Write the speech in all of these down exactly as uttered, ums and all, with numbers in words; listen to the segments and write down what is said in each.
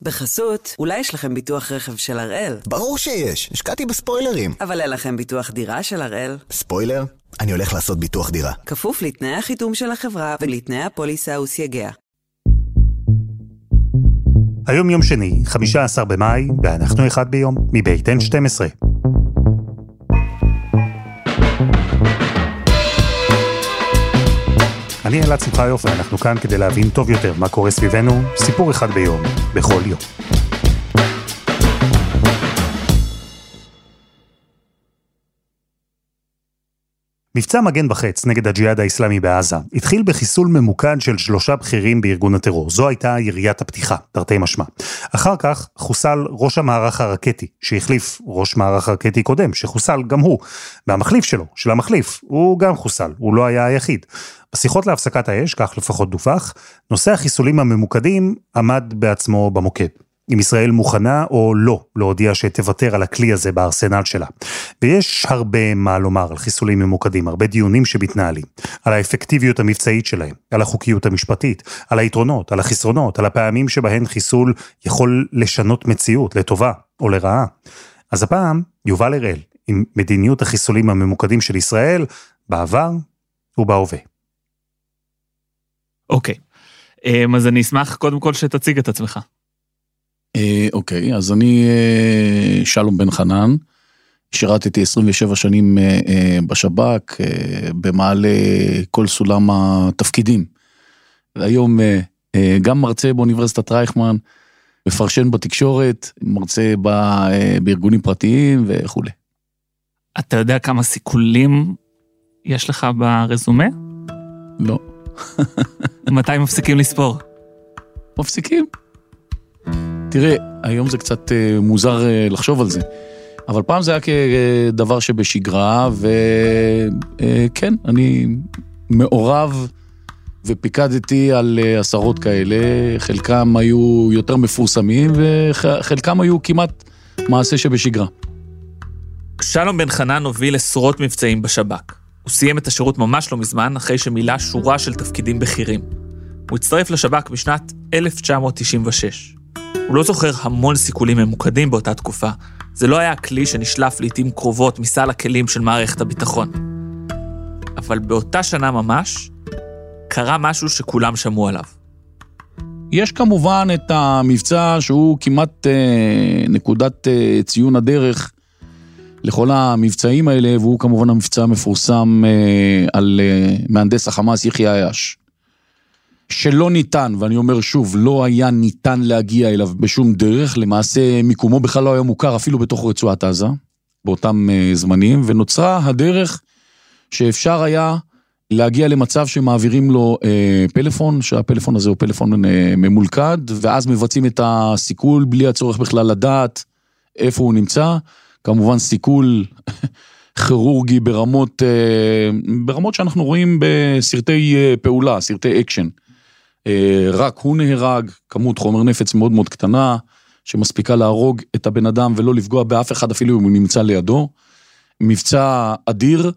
בחסות, אולי יש לכם ביטוח רכב של הראל? ברור שיש, השקעתי בספוילרים. אבל אין לכם ביטוח דירה של הראל? ספוילר? אני הולך לעשות ביטוח דירה. כפוף לתנאי החיתום של החברה ולתנאי הפוליסה וסייגיה. היום יום שני, חמישה עשר במאי, ואנחנו אחד ביום, מבית אן שתים עשרה. אני אלעד שמחיוף, ואנחנו כאן כדי להבין טוב יותר מה קורה סביבנו, סיפור אחד ביום, בכל יום. מבצע מגן וחץ נגד הג'יהאד האסלאמי בעזה התחיל בחיסול ממוקד של שלושה בכירים בארגון הטרור. זו הייתה יריית הפתיחה, תרתי משמע. אחר כך חוסל ראש המערך הרקטי, שהחליף ראש מערך הרקטי קודם, שחוסל גם הוא. והמחליף שלו, של המחליף, הוא גם חוסל, הוא לא היה היחיד. בשיחות להפסקת האש, כך לפחות דופח, נושא החיסולים הממוקדים עמד בעצמו במוקד. אם ישראל מוכנה או לא להודיע שתוותר על הכלי הזה בארסנל שלה. ויש הרבה מה לומר על חיסולים ממוקדים, הרבה דיונים שמתנהלים, על האפקטיביות המבצעית שלהם, על החוקיות המשפטית, על היתרונות, על החסרונות, על הפעמים שבהן חיסול יכול לשנות מציאות לטובה או לרעה. אז הפעם יובל הראל עם מדיניות החיסולים הממוקדים של ישראל בעבר ובהווה. אוקיי, אז אני אשמח קודם כל שתציג את עצמך. אוקיי, אז אני שלום בן חנן, שירתתי עשרים ושבע שנים בשב"כ, במעלה כל סולם התפקידים. היום גם מרצה באוניברסיטת רייכמן, מפרשן בתקשורת, מרצה בארגונים פרטיים וכו'. אתה יודע כמה סיכולים יש לך ברזומה? לא. מתי מפסיקים לספור? מפסיקים. תראה, היום זה קצת מוזר לחשוב על זה, אבל פעם זה היה כדבר שבשגרה, וכן, אני מעורב ופיקדתי על עשרות כאלה, חלקם היו יותר מפורסמים, וחלקם היו כמעט מעשה שבשגרה. שלום בן חנן הוביל עשרות מבצעים בשב"כ. הוא סיים את השירות ממש לא מזמן, אחרי שמילא שורה של תפקידים בכירים. הוא הצטרף לשב"כ בשנת אלף תשע מאות תשעים ושש. הוא לא זוכר המון סיכולים ממוקדים באותה תקופה. זה לא היה הכלי שנשלף לעתים קרובות מסל הכלים של מערכת הביטחון. אבל באותה שנה ממש, קרה משהו שכולם שמעו עליו. יש כמובן את המבצע שהוא כמעט אה, נקודת אה, ציון הדרך לכל המבצעים האלה, והוא כמובן המבצע המפורסם אה, על אה, מהנדס החמאס יחיא עיאש. שלא ניתן, ואני אומר שוב, לא היה ניתן להגיע אליו בשום דרך, למעשה מיקומו בכלל לא היה מוכר אפילו בתוך רצועת עזה, באותם זמנים, ונוצרה הדרך שאפשר היה להגיע למצב שמעבירים לו אה, פלאפון, שהפלאפון הזה הוא פלאפון אה, ממולכד, ואז מבצעים את הסיכול בלי הצורך בכלל לדעת איפה הוא נמצא, כמובן סיכול כירורגי ברמות, אה, ברמות שאנחנו רואים בסרטי אה, פעולה, סרטי אקשן. רק הוא נהרג, כמות חומר נפץ מאוד מאוד קטנה, שמספיקה להרוג את הבן אדם ולא לפגוע באף אחד אפילו אם הוא נמצא לידו. מבצע אדיר,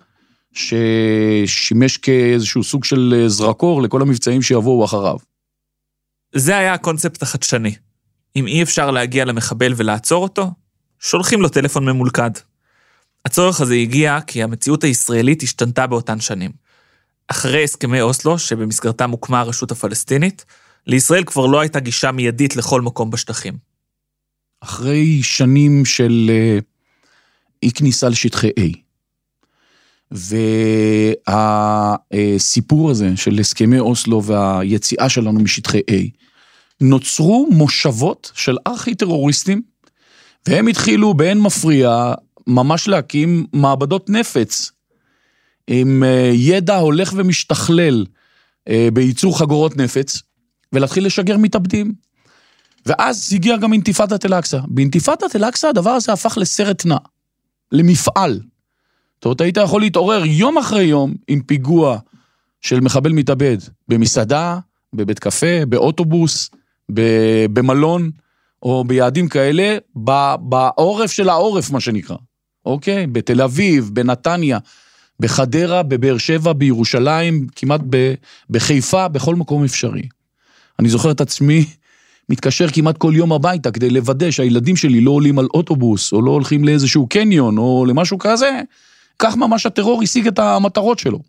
ששימש כאיזשהו סוג של זרקור לכל המבצעים שיבואו אחריו. זה היה הקונספט החדשני. אם אי אפשר להגיע למחבל ולעצור אותו, שולחים לו טלפון ממולכד. הצורך הזה הגיע כי המציאות הישראלית השתנתה באותן שנים. אחרי הסכמי אוסלו, שבמסגרתם הוקמה הרשות הפלסטינית, לישראל כבר לא הייתה גישה מיידית לכל מקום בשטחים. אחרי שנים של אי כניסה לשטחי A, והסיפור הזה של הסכמי אוסלו והיציאה שלנו משטחי A, נוצרו מושבות של ארכי-טרוריסטים, והם התחילו באין מפריע ממש להקים מעבדות נפץ, עם ידע הולך ומשתכלל בייצור חגורות נפץ, ולהתחיל לשגר מתאבדים. ואז הגיע גם אינתיפאדת אל-אקצא. באינתיפאדת אל-אקצא הדבר הזה הפך לסרט נע, למפעל. זאת אומרת, היית יכול להתעורר יום אחרי יום עם פיגוע של מחבל מתאבד, במסעדה, בבית קפה, באוטובוס, במלון, או ביעדים כאלה, בעורף של העורף, מה שנקרא. אוקיי? בתל אביב, בנתניה, בחדרה, בבאר שבע, בירושלים, כמעט בחיפה, בכל מקום אפשרי. אני זוכר את עצמי מתקשר כמעט כל יום הביתה, כדי לוודא שהילדים שלי לא עולים על אוטובוס, או לא הולכים לאיזשהו קניון, או למשהו כזה, כך ממש הטרור השיג את המטרות שלו.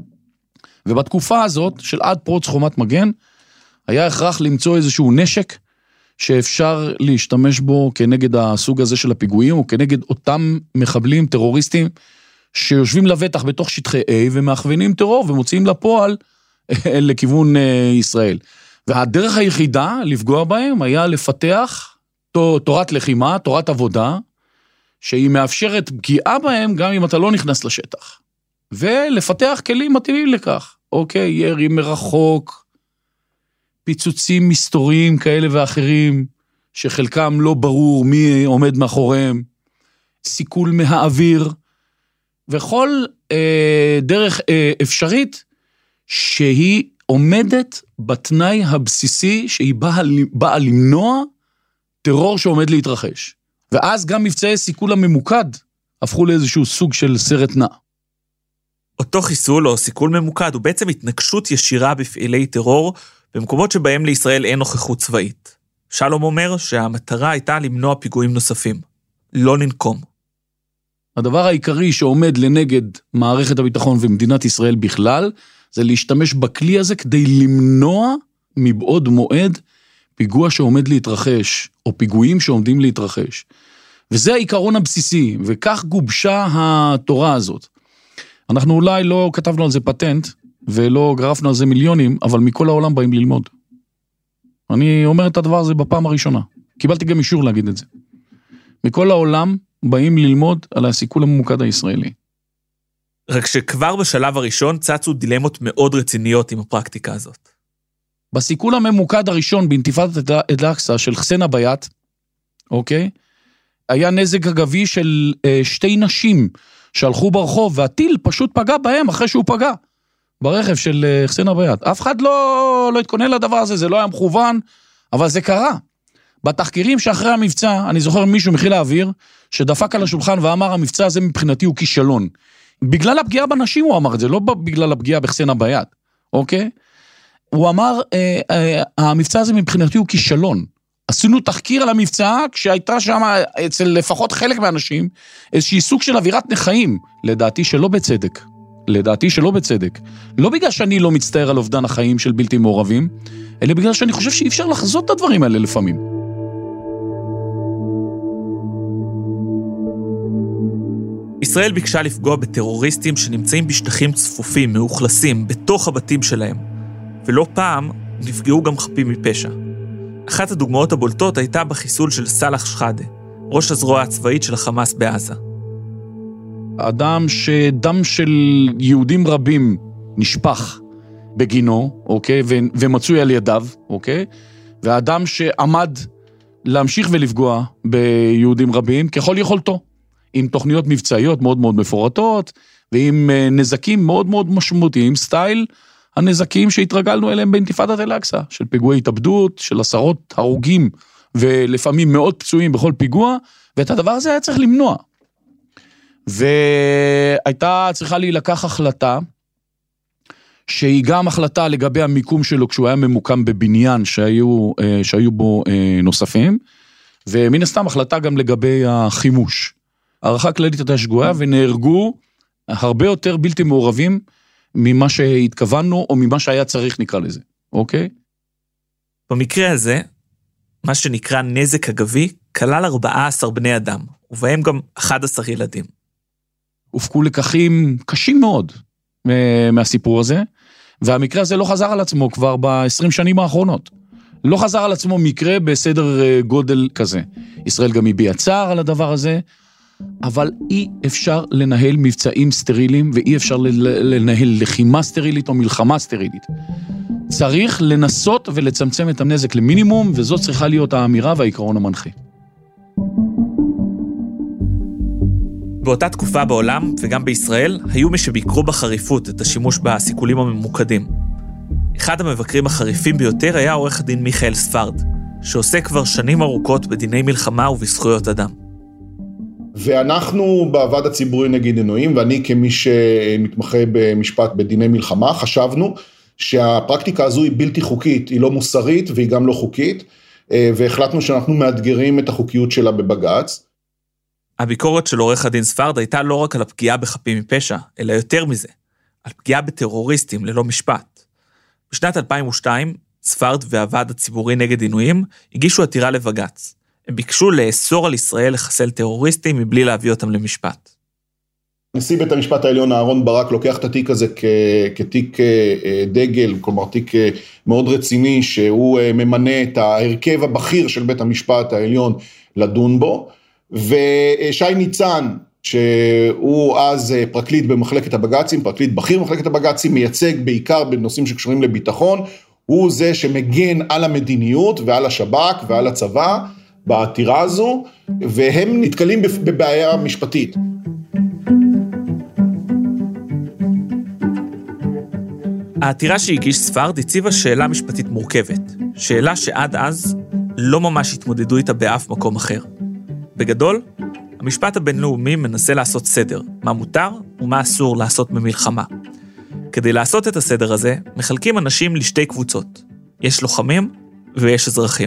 ובתקופה הזאת, של עד פרוץ חומת מגן, היה הכרח למצוא איזשהו נשק, שאפשר להשתמש בו כנגד הסוג הזה של הפיגועים, או כנגד אותם מחבלים טרוריסטים, שיושבים לבטח בתוך שטחי A, ומאכווינים טרור, ומוציאים לפועל לכיוון ישראל. והדרך היחידה לפגוע בהם, היה לפתח תורת לחימה, תורת עבודה, שהיא מאפשרת פגיעה בהם, גם אם אתה לא נכנס לשטח. ולפתח כלים מתאימים לכך. אוקיי, ירי מרחוק, פיצוצים מסתוריים כאלה ואחרים, שחלקם לא ברור מי עומד מאחוריהם, סיכול מהאוויר, וכל אה, דרך אה, אפשרית, שהיא עומדת בתנאי הבסיסי, שהיא באה, באה למנוע טרור שעומד להתרחש. ואז גם מבצעי סיכול הממוקד, הפכו לאיזשהו סוג של סרט נע. אותו חיסול או סיכול ממוקד הוא בעצם התנגשות ישירה בפעילי טרור, במקומות שבהם לישראל אין נוכחות צבאית. שלום אומר שהמטרה הייתה למנוע פיגועים נוספים. לא ננקום. הדבר העיקרי שעומד לנגד מערכת הביטחון ומדינת ישראל בכלל, זה להשתמש בכלי הזה כדי למנוע מבעוד מועד פיגוע שעומד להתרחש, או פיגועים שעומדים להתרחש. וזה העיקרון הבסיסי, וכך גובשה התורה הזאת. אנחנו אולי לא כתבנו על זה פטנט, ולא גרפנו על זה מיליונים, אבל מכל העולם באים ללמוד. אני אומר את הדבר הזה בפעם הראשונה. קיבלתי גם אישור להגיד את זה. מכל העולם באים ללמוד על הסיכול הממוקד הישראלי. רק שכבר בשלב הראשון צצו דילמות מאוד רציניות עם הפרקטיקה הזאת. בסיכול הממוקד הראשון באינתיפאדת אל-אקצא של חסן אבייט, אוקיי? היה נזק אגבי של אה, שתי נשים שהלכו ברחוב, והטיל פשוט פגע בהם אחרי שהוא פגע. ברכב של אה, חסן אבייט. אף אחד לא, לא התכונן לדבר הזה, זה לא היה מכוון, אבל זה קרה. בתחקירים שאחרי המבצע, אני זוכר מישהו מחיל האוויר, שדפק על השולחן ואמר, המבצע הזה מבחינתי הוא כישלון. בגלל הפגיעה בנשים הוא אמר את זה, לא בגלל הפגיעה בחסן אבייט, אוקיי? הוא אמר, אה, אה, המבצע הזה מבחינתי הוא כישלון. עשינו תחקיר על המבצע, כשהייתה שם אצל לפחות חלק מהאנשים, איזושהי סוג של אווירת נחיים, לדעתי שלא בצדק. לדעתי שלא בצדק. לא בגלל שאני לא מצטער על אובדן החיים של בלתי מעורבים, אלא בגלל שאני חושב שאי אפשר לחזות את הדברים האלה לפעמים. ישראל ביקשה לפגוע בטרוריסטים שנמצאים בשטחים צפופים, מאוכלסים, בתוך הבתים שלהם. ולא פעם נפגעו גם חפים מפשע. אחת הדוגמאות הבולטות הייתה בחיסול של סלאח שחאדה, ראש הזרוע הצבאית של החמאס בעזה. אדם שדם של יהודים רבים נשפך בגינו, אוקיי, ו- ומצוי על ידיו, אוקיי, והאדם שעמד להמשיך ולפגוע ביהודים רבים ככל יכולתו, עם תוכניות מבצעיות מאוד מאוד מפורטות, ועם נזקים מאוד מאוד משמעותיים, סטייל הנזקים שהתרגלנו אליהם באינתיפאדת אל-אקצא, של פיגועי התאבדות, של עשרות הרוגים, ולפעמים מאוד פצועים בכל פיגוע, ואת הדבר הזה היה צריך למנוע. והייתה צריכה להילקח החלטה, שהיא גם החלטה לגבי המיקום שלו, כשהוא היה ממוקם בבניין שהיו, שהיו בו נוספים, ומן הסתם החלטה גם לגבי החימוש. הערכה כללית הייתה שגויה, ונהרגו הרבה יותר בלתי מעורבים, ממה שהתכוונו, או ממה שהיה צריך נקרא לזה, אוקיי? במקרה הזה, מה שנקרא נזק אגבי, כלל ארבעה עשר בני אדם, ובהם גם אחד עשר ילדים. הופקו לקחים קשים מאוד מהסיפור הזה, והמקרה הזה לא חזר על עצמו כבר ב-עשרים שנים האחרונות. לא חזר על עצמו מקרה בסדר גודל כזה. ישראל גם הביע צער על הדבר הזה, אבל אי אפשר לנהל מבצעים סטריליים, ואי אפשר לנהל לחימה סטרילית או מלחמה סטרילית. צריך לנסות ולצמצם את הנזק למינימום, וזאת צריכה להיות האמירה והעיקרון המנחה. באותה תקופה בעולם, וגם בישראל, היו מי שביקרו בחריפות את השימוש בסיכולים הממוקדים. אחד המבקרים החריפים ביותר היה עורך הדין מיכאל ספרד, שעושה כבר שנים ארוכות בדיני מלחמה ובזכויות אדם. ואנחנו בוועד הציבורי נגד עינויים, ואני כמי שמתמחה במשפט בדיני מלחמה, חשבנו שהפרקטיקה הזו היא בלתי חוקית, היא לא מוסרית והיא גם לא חוקית, והחלטנו שאנחנו מאתגרים את החוקיות שלה בבג"ץ. הביקורת של עורך הדין ספרד הייתה לא רק על הפגיעה בחפים מפשע, אלא יותר מזה, על פגיעה בטרוריסטים ללא משפט. בשנת אלפיים ושתיים, ספרד והוועד הציבורי נגד עינויים הגישו עתירה לבג"ץ. הם ביקשו לאסור על ישראל לחסל טרוריסטים מבלי להביא אותם למשפט. נשיא בית המשפט העליון אהרון ברק לוקח את התיק הזה כ- כתיק דגל, כלומר תיק מאוד רציני, שהוא ממנה את ההרכב הבכיר של בית המשפט העליון לדון בו, ושי ניצן, שהוא אז פרקליט במחלקת הבג"צים, פרקליט בכיר במחלקת הבג"צים, מייצג בעיקר בנושאים שקשורים לביטחון, הוא זה שמגן על המדיניות ועל השב"כ ועל הצבא בעתירה הזו, והם נתקלים בבעיה משפטית. העתירה שהגיש ספרד הציבה שאלה משפטית מורכבת, שאלה שעד אז לא ממש התמודדו איתה באף מקום אחר. בגדול, המשפט הבינלאומי מנסה לעשות סדר, מה מותר ומה אסור לעשות במלחמה. כדי לעשות את הסדר הזה, מחלקים אנשים לשתי קבוצות. יש לוחמים ויש אזרחים.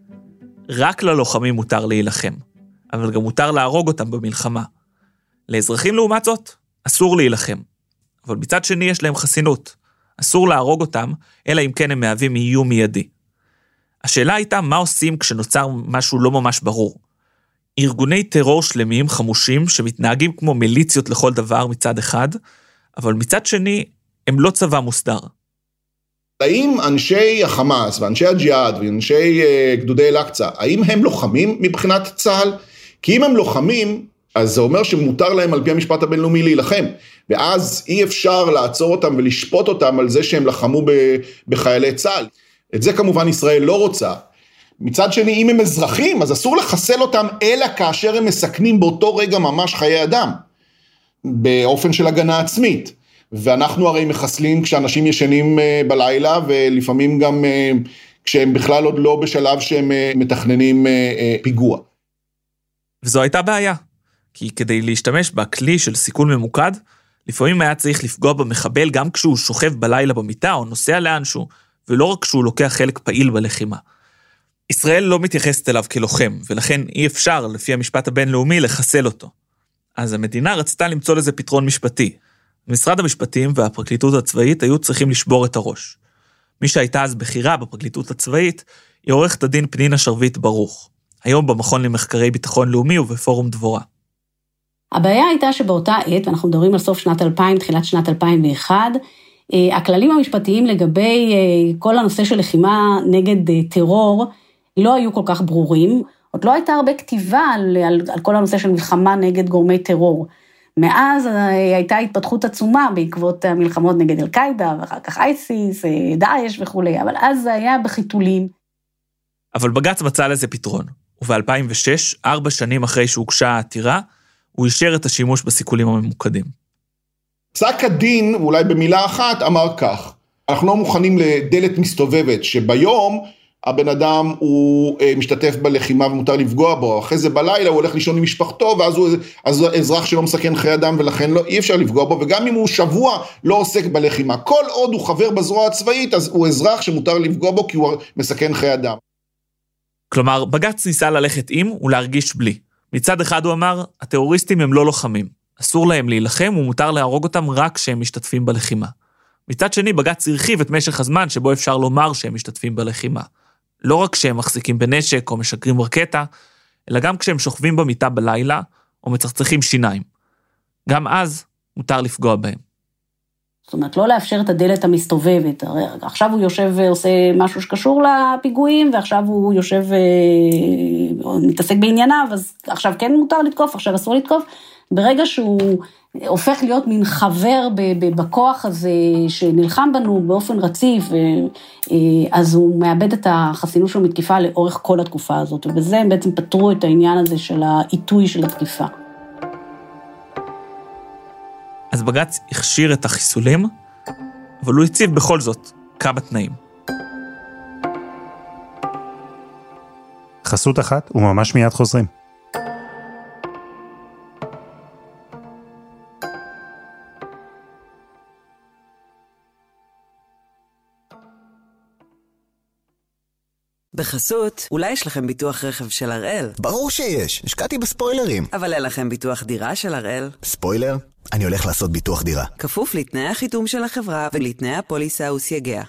רק ללוחמים מותר להילחם, אבל גם מותר להרוג אותם במלחמה. לאזרחים לעומת זאת, אסור להילחם. אבל מצד שני יש להם חסינות. אסור להרוג אותם, אלא אם כן הם מהווים איום מיידי. השאלה הייתה מה עושים כשנוצר משהו לא ממש ברור. ארגוני טרור שלמים חמושים שמתנהגים כמו מיליציות לכל דבר מצד אחד, אבל מצד שני הם לא צבא מוסדר. האם אנשי החמאס ואנשי הג'יהאד ואנשי גדודי אל-אקצא, האם הם לוחמים מבחינת צה"ל? כי אם הם לוחמים, אז זה אומר שמותר להם על פי המשפט הבינלאומי להילחם, ואז אי אפשר לעצור אותם ולשפוט אותם על זה שהם לחמו בחיילי צה"ל. את זה כמובן ישראל לא רוצה. מצד שני, אם הם אזרחים, אז אסור לחסל אותם, אלא כאשר הם מסכנים באותו רגע ממש חיי אדם, באופן של הגנה עצמית. ואנחנו הרי מחסלים כשאנשים ישנים בלילה, ולפעמים גם כשהם בכלל עוד לא בשלב שהם מתכננים פיגוע. וזו הייתה בעיה, כי כדי להשתמש בכלי של סיכול ממוקד, לפעמים היה צריך לפגוע במחבל גם כשהוא שוכב בלילה במיטה או נוסע לאנשהו, ולא רק כשהוא לוקח חלק פעיל בלחימה. ישראל לא מתייחסת אליו כלוחם, ולכן אי אפשר, לפי המשפט הבינלאומי, לחסל אותו. אז המדינה רצתה למצוא לזה פתרון משפטי. משרד המשפטים והפרקליטות הצבאית היו צריכים לשבור את הראש. מי שהייתה אז בחירה בפרקליטות הצבאית, היא עורכת הדין פנינה שרביט ברוך, היום במכון למחקרי ביטחון לאומי ובפורום דבורה. הבעיה הייתה שבאותה עת, ואנחנו מדברים על סוף שנת אלפיים, תחילת שנת אלפיים ואחת, הכללים המשפטיים לגבי כל הנושא של לחימה נגד טרור, לא היו כל כך ברורים, עוד לא הייתה הרבה כתיבה על, על, על כל הנושא של מלחמה נגד גורמי טרור. מאז הייתה התפתחות עצומה בעקבות המלחמות נגד אל-קאידה, ואחר כך אייסיס, דאעש וכו', אבל אז זה היה בחיתולים. אבל בג"ץ מצא לזה פתרון, וב-אלפיים ושש, ארבע שנים אחרי שהוגשה העתירה, הוא אישר את השימוש בסיכולים הממוקדים. פסק הדין, אולי במילה אחת, אמר כך, אנחנו לא מוכנים לדלת מסתובבת, שביום הבן אדם הוא משתתף בלחימה ומותר לפגוע בו, אחרי זה בלילה הוא הולך לישון עם משפחתו, ואז הוא אז אזרח שלא מסכן חיי אדם, ולכן לא, אי אפשר לפגוע בו, וגם אם הוא שבוע לא עוסק בלחימה, כל עוד הוא חבר בזרוע הצבאית, אז הוא אזרח שמותר לפגוע בו, כי הוא מסכן חיי אדם. כלומר, בג"ץ ניסה ללכת עם ולהרגיש בלי. מצד אחד הוא אמר, הטרוריסטים הם לא לוחמים, אסור להם להילחם ומותר להרוג אותם רק כשהם משתתפים בלחימה. מצד שני, בג"ץ הרחיב את משך הזמן שבו אפשר לומר שהם משתתפים בלחימה. לא רק כשהם מחזיקים בנשק או משקרים רקטה, אלא גם כשהם שוכבים במיטה בלילה או מצחצחים שיניים. גם אז מותר לפגוע בהם. זאת אומרת, לא לאפשר את הדלת המסתובבת. עכשיו הוא יושב ועושה משהו שקשור לפיגועים, ועכשיו הוא יושב ומתעסק בענייניו, אז עכשיו כן מותר לתקוף, עכשיו אסור לתקוף. ברגע שהוא הופך להיות מין חבר בכוח הזה שנלחם בנו באופן רציף, אז הוא מאבד את החסינות שלו מתקיפה לאורך כל התקופה הזאת, ובזה הם בעצם פתרו את העניין הזה של העיתוי של התקיפה. אז בג"ץ הכשיר את החיסולים, אבל הוא הציב בכל זאת כמה תנאים. חסות אחת וממש מיד חוזרים. בחסות, אולי יש לכם ביטוח רכב של הראל. ברור שיש, השקעתי בספוילרים. אבל אין לכם ביטוח דירה של הראל. ספוילר? אני הולך לעשות ביטוח דירה. כפוף לתנאי החיתום של החברה ולתנאי הפוליסה וסייגיה.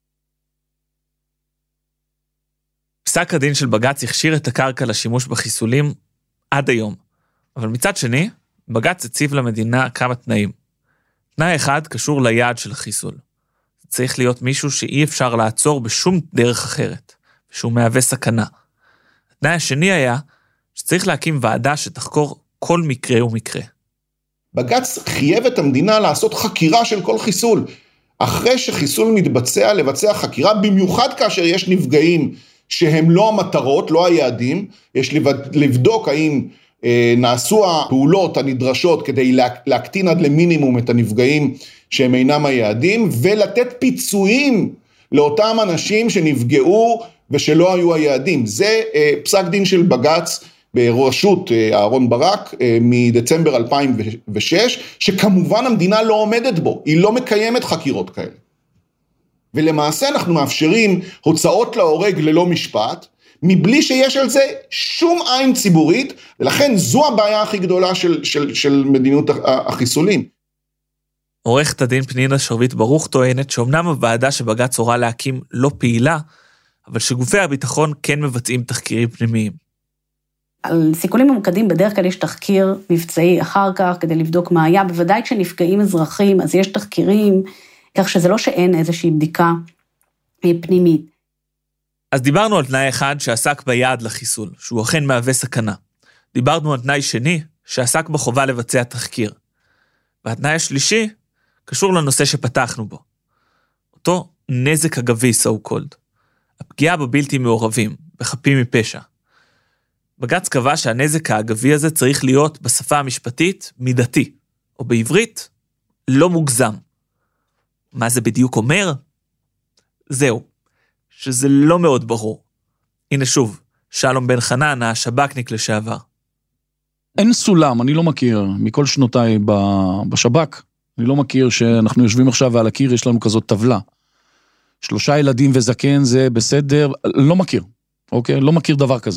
פסק הדין של בג"ץ הכשיר את הקרקע לשימוש בחיסולים עד היום. אבל מצד שני, בג"ץ הציב למדינה כמה תנאים. תנאי אחד קשור ליעד של החיסול. צריך להיות מישהו שאי אפשר לעצור בשום דרך אחרת, שהוא מהווה סכנה. התנאי השני היה שצריך להקים ועדה שתחקור כל מקרה ומקרה. בג"ץ חייב את המדינה לעשות חקירה של כל חיסול. אחרי שחיסול מתבצע, לבצע חקירה, במיוחד כאשר יש נפגעים שהם לא המטרות, לא היעדים, יש לבדוק האם אה, נעשו הפעולות הנדרשות כדי לה, להקטין עד למינימום את הנפגעים שהם אינם היעדים, ולתת פיצויים לאותם אנשים שנפגעו ושלא היו היעדים. זה אה, פסק דין של בג"ץ בראשות אה, אהרון ברק אה, מדצמבר אלפיים ושש, שכמובן המדינה לא עומדת בו, היא לא מקיימת חקירות כאלה. ולמעשה אנחנו מאפשרים הוצאות להורג ללא משפט, מבלי שיש על זה שום עין ציבורית, ולכן זו הבעיה הכי גדולה של, של, של מדיניות החיסולים. עורכת הדין פנינה שרביט ברוך טוענת שאומנם הוועדה שבג"ץ הורה להקים לא פעילה, אבל שגופי הביטחון כן מבצעים תחקירים פנימיים. על סיכולים ממוקדים בדרך כלל יש תחקיר מבצעי אחר כך, כדי לבדוק מה היה, בוודאי כשנפגעים אזרחים, אז יש תחקירים, כך שזה לא שאין איזושהי בדיקה פנימית. אז דיברנו על תנאי אחד שעסק ביעד לחיסול, שהוא אכן מהווה סכנה. דיברנו על תנאי שני שעסק בחובה לבצע תחקיר. והתנאי השלישי קשור לנושא שפתחנו בו. אותו נזק אגבי, so called. הפגיעה בבלתי מעורבים, בחפים מפשע. בג"ץ קבע שהנזק האגבי הזה צריך להיות בשפה המשפטית מידתי, או בעברית לא מוגזם. מה זה בדיוק אומר? זהו, שזה לא מאוד ברור. הנה שוב, שלום בן חנן, השב"כניק לשעבר. אין סולם, אני לא מכיר, מכל שנותיי בשב"כ, אני לא מכיר שאנחנו יושבים עכשיו ועל הקיר יש לנו כזאת טבלה. שלושה ילדים וזקן זה בסדר, לא מכיר, אוקיי? לא מכיר דבר כזה.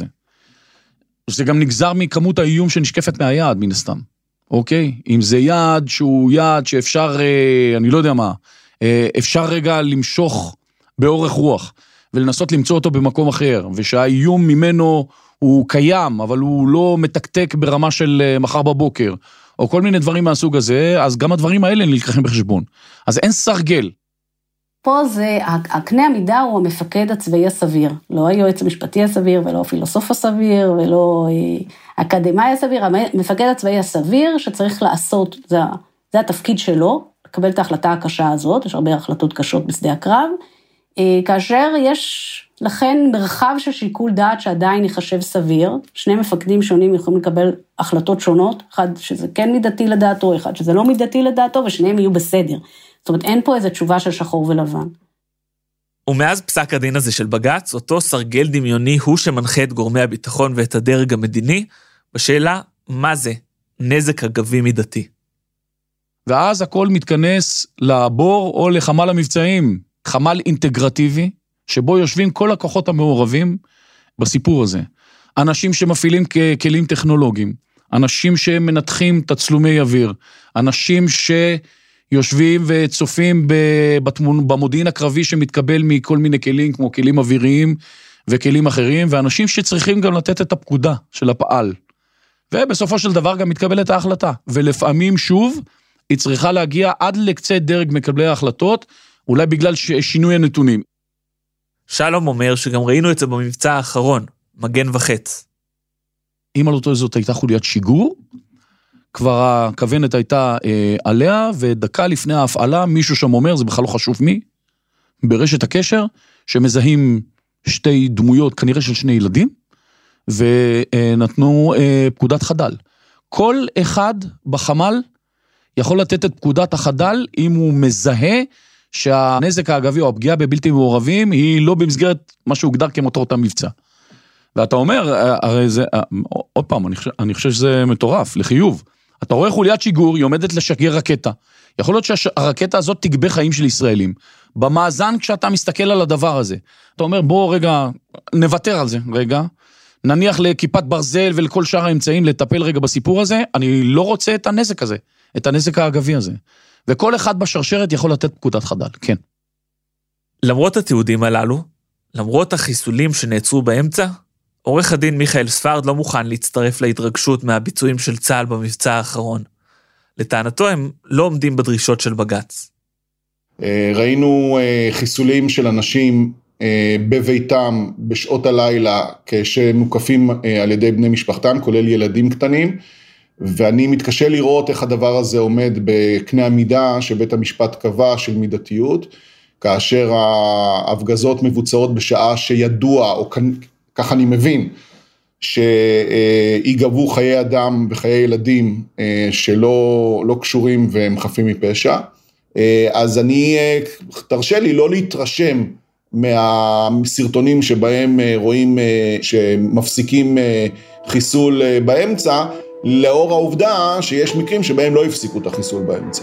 זה גם נגזר מכמות האיום שנשקפת מהיעד, מן הסתם, אוקיי? אם זה יעד שהוא יעד שאפשר, אני לא יודע מה, אפשר רגע למשוך באורך רוח, ולנסות למצוא אותו במקום אחר, ושהאיום ממנו הוא קיים, אבל הוא לא מתקתק ברמה של מחר בבוקר, או כל מיני דברים מהסוג הזה, אז גם הדברים האלה נלקחים בחשבון. אז אין סרגל. פה זה, הקנה המידה הוא המפקד הצבאי הסביר, לא היועץ המשפטי הסביר, ולא הפילוסוף הסביר, ולא אקדמאי הסביר, המפקד הצבאי הסביר שצריך לעשות, זה, זה התפקיד שלו, לקבל את ההחלטה הקשה הזאת, יש הרבה החלטות קשות בשדה הקרב, כאשר יש לכן מרחב של שיקול דעת שעדיין יחשב סביר, שני מפקדים שונים יכולים לקבל החלטות שונות, אחד שזה כן מידתי לדעתו, אחד שזה לא מידתי לדעתו, ושניהם יהיו בסדר. זאת אומרת, אין פה איזו תשובה של שחור ולבן. ומאז פסק הדין הזה של בג"ץ, אותו סרגל דמיוני הוא שמנחה את גורמי הביטחון ואת הדרג המדיני, בשאלה מה זה נזק אגבי מידתי. ואז הכל מתכנס לבור או לחמ"ל המבצעים, חמ"ל אינטגרטיבי, שבו יושבים כל הכוחות המעורבים בסיפור הזה. אנשים שמפעילים ככלים טכנולוגיים, אנשים שמנתחים תצלומי אוויר, אנשים שיושבים וצופים במודיעין הקרבי שמתקבל מכל מיני כלים, כמו כלים אוויריים וכלים אחרים, ואנשים שצריכים גם לתת את הפקודה של הפעל. ובסופו של דבר גם מתקבלת ההחלטה. ולפעמים שוב, היא צריכה להגיע עד לקצה דרג מקבלי ההחלטות, אולי בגלל שינוי הנתונים. שלום אומר שגם ראינו את זה במבצע האחרון, מגן וחץ. אם על אותו זאת הייתה חוליית שיגור, כבר הכוונת הייתה אה, עליה, ודקה לפני ההפעלה מישהו שם אומר, זה בכלל לא חשוב מי, ברשת הקשר, שמזהים שתי דמויות, כנראה של שני ילדים, ונתנו אה, פקודת חדל. כל אחד בחמ"ל יכול לתת את פקודת החדל, אם הוא מזהה שהנזק האגבי או הפגיעה בבלתי מעורבים, היא לא במסגרת מה שהוגדר כמטרות המבצע. ואתה אומר, הרי זה, עוד פעם, אני חושב, אני חושב שזה מטורף, לחיוב. אתה רואה חוליית שיגור, היא עומדת לשגר רקטה. יכול להיות שהרקטה הזאת תגבה חיים של ישראלים. במאזן כשאתה מסתכל על הדבר הזה. אתה אומר, בוא רגע, נוותר על זה רגע, נניח לכיפת ברזל ולכל שאר האמצעים לטפל רגע בסיפור הזה, אני לא רוצה את הנזק הזה, את הנזק האגבי הזה. וכל אחד בשרשרת יכול לתת פקודת חדל, כן. למרות התיעודים הללו, למרות החיסולים שנעצרו באמצע, עורך הדין מיכאל ספרד לא מוכן להצטרף להתרגשות מהביצועים של צה"ל במבצע האחרון. לטענתו הם לא עומדים בדרישות של בג"ץ. ראינו חיסולים של אנשים בביתם בשעות הלילה כשמוקפים על ידי בני משפחתם, כולל ילדים קטנים, ואני מתקשה לראות איך הדבר הזה עומד בקנה המידה שבית המשפט קבע של מידתיות, כאשר ההפגזות מבוצעות בשעה שידוע, או כך אני מבין, שיגבו חיי אדם וחיי ילדים שלא לא קשורים והם חפים מפשע. אז אני, תרשה לי לא להתרשם מהסרטונים שבהם רואים שמפסיקים חיסול באמצע, לאור העובדה שיש מקרים שבהם לא הפסיקו את החיסול באמצע.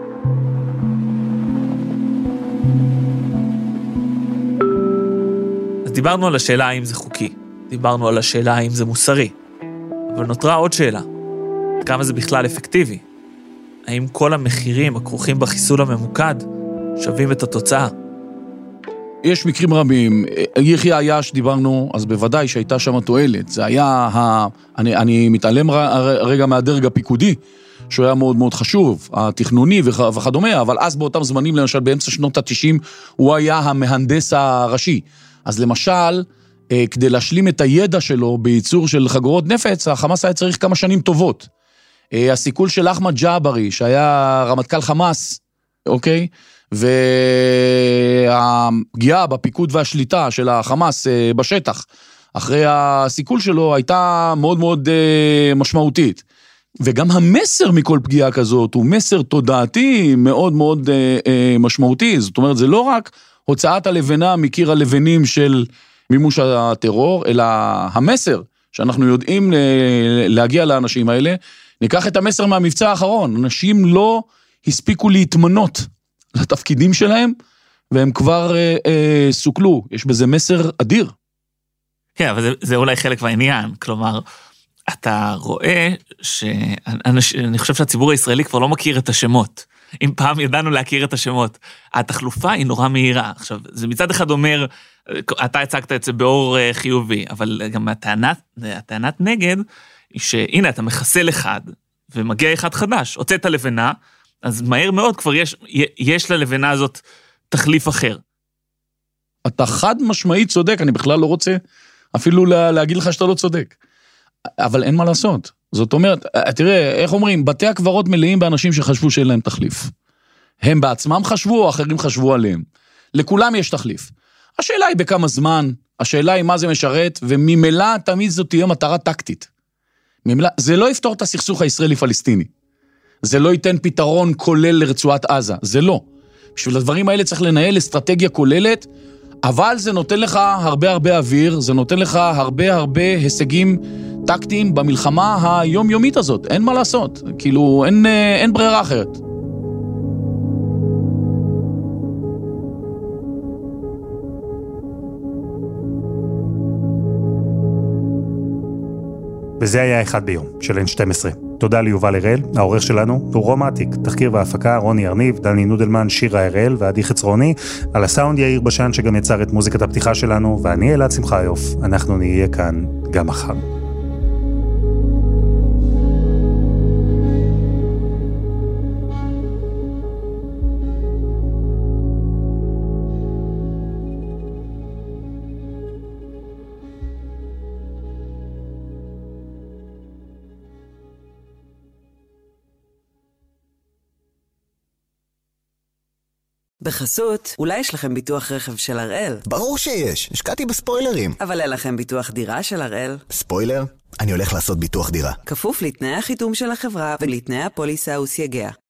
אז דיברנו על השאלה האם זה חוקי, דיברנו על השאלה האם זה מוסרי, אבל נותרה עוד שאלה, כמה זה בכלל אפקטיבי? האם כל המחירים הכרוכים בחיסול הממוקד שווים את התוצאה? יש מקרים רבים, יחיא עיאש דיברנו, אז בוודאי שהייתה שם תועלת, זה היה, ה... אני, אני מתעלם רגע מהדרג הפיקודי, שהוא היה מאוד מאוד חשוב, התכנוני וכדומה, אבל אז באותם זמנים, למשל באמצע שנות ה-תשעים, הוא היה המהנדס הראשי. אז למשל, כדי להשלים את הידע שלו בייצור של חגורות נפץ, החמאס היה צריך כמה שנים טובות. הסיכול של אחמד ג'אברי, שהיה רמטכ"ל חמאס, אוקיי? והפגיעה בפיקוד והשליטה של החמאס בשטח, אחרי הסיכול שלו, הייתה מאוד מאוד משמעותית. וגם המסר מכל פגיעה כזאת, הוא מסר תודעתי מאוד מאוד משמעותי. זאת אומרת, זה לא רק הוצאת הלבנה מקיר הלבנים של מימוש הטרור, אלא המסר שאנחנו יודעים להגיע לאנשים האלה. ניקח את המסר מהמבצע האחרון, אנשים לא הספיקו להתמנות לתפקידים שלהם, והם כבר אה, אה, סוכלו, יש בזה מסר אדיר. כן, אבל זה, זה אולי חלק מהעניין, כלומר, אתה רואה שאני חושב שהציבור הישראלי כבר לא מכיר את השמות, אם פעם ידענו להכיר את השמות, התחלופה היא נורא מהירה, עכשיו, זה מצד אחד אומר, אתה הצגת את זה באור חיובי, אבל גם הטענת, הטענת נגד, היא שהנה, אתה מחסל אחד, ומגיע אחד חדש, הוצאת לבנה, אז מהר מאוד כבר יש, יש ללבנה הזאת תחליף אחר. אתה חד משמעית צודק, אני בכלל לא רוצה אפילו להגיד לך שאתה לא צודק. אבל אין מה לעשות. זאת אומרת, תראה, איך אומרים, בתי הקברות מלאים באנשים שחשבו שאין להם תחליף. הם בעצמם חשבו או אחרים חשבו עליהם. לכולם יש תחליף. השאלה היא בכמה זמן, השאלה היא מה זה משרת, וממילא תמיד זאת תהיה מטרה טקטית. ממילא, זה לא יפתור את הסכסוך הישראלי-פלסטיני. זה לא ייתן פתרון כולל לרצועת עזה, זה לא. בשביל הדברים האלה צריך לנהל אסטרטגיה כוללת, אבל זה נותן לך הרבה הרבה אוויר, זה נותן לך הרבה הרבה הישגים טקטיים במלחמה היומיומית הזאת, אין מה לעשות, כאילו אין, אין ברירה אחרת. וזה היה אחד ביום של אן שתים עשרה. תודה ליובל הראל, העורך שלנו הוא רום עתיק, תחקיר והפקה רוני ארניב, דני נודלמן, שירה הראל ועדי חצרוני, על הסאונד יאיר בשן שגם יצר את מוזיקת הפתיחה שלנו, ואני אלעד שמחיוף, אנחנו נהיה כאן גם מחר. בחסות, אולי יש לכם ביטוח רכב של הראל? ברור שיש, השקעתי בספוילרים. אבל אין לכם ביטוח דירה של הראל? ספוילר? אני הולך לעשות ביטוח דירה. כפוף לתנאי החיתום של החברה ולתנאי הפוליסה וסייגיה.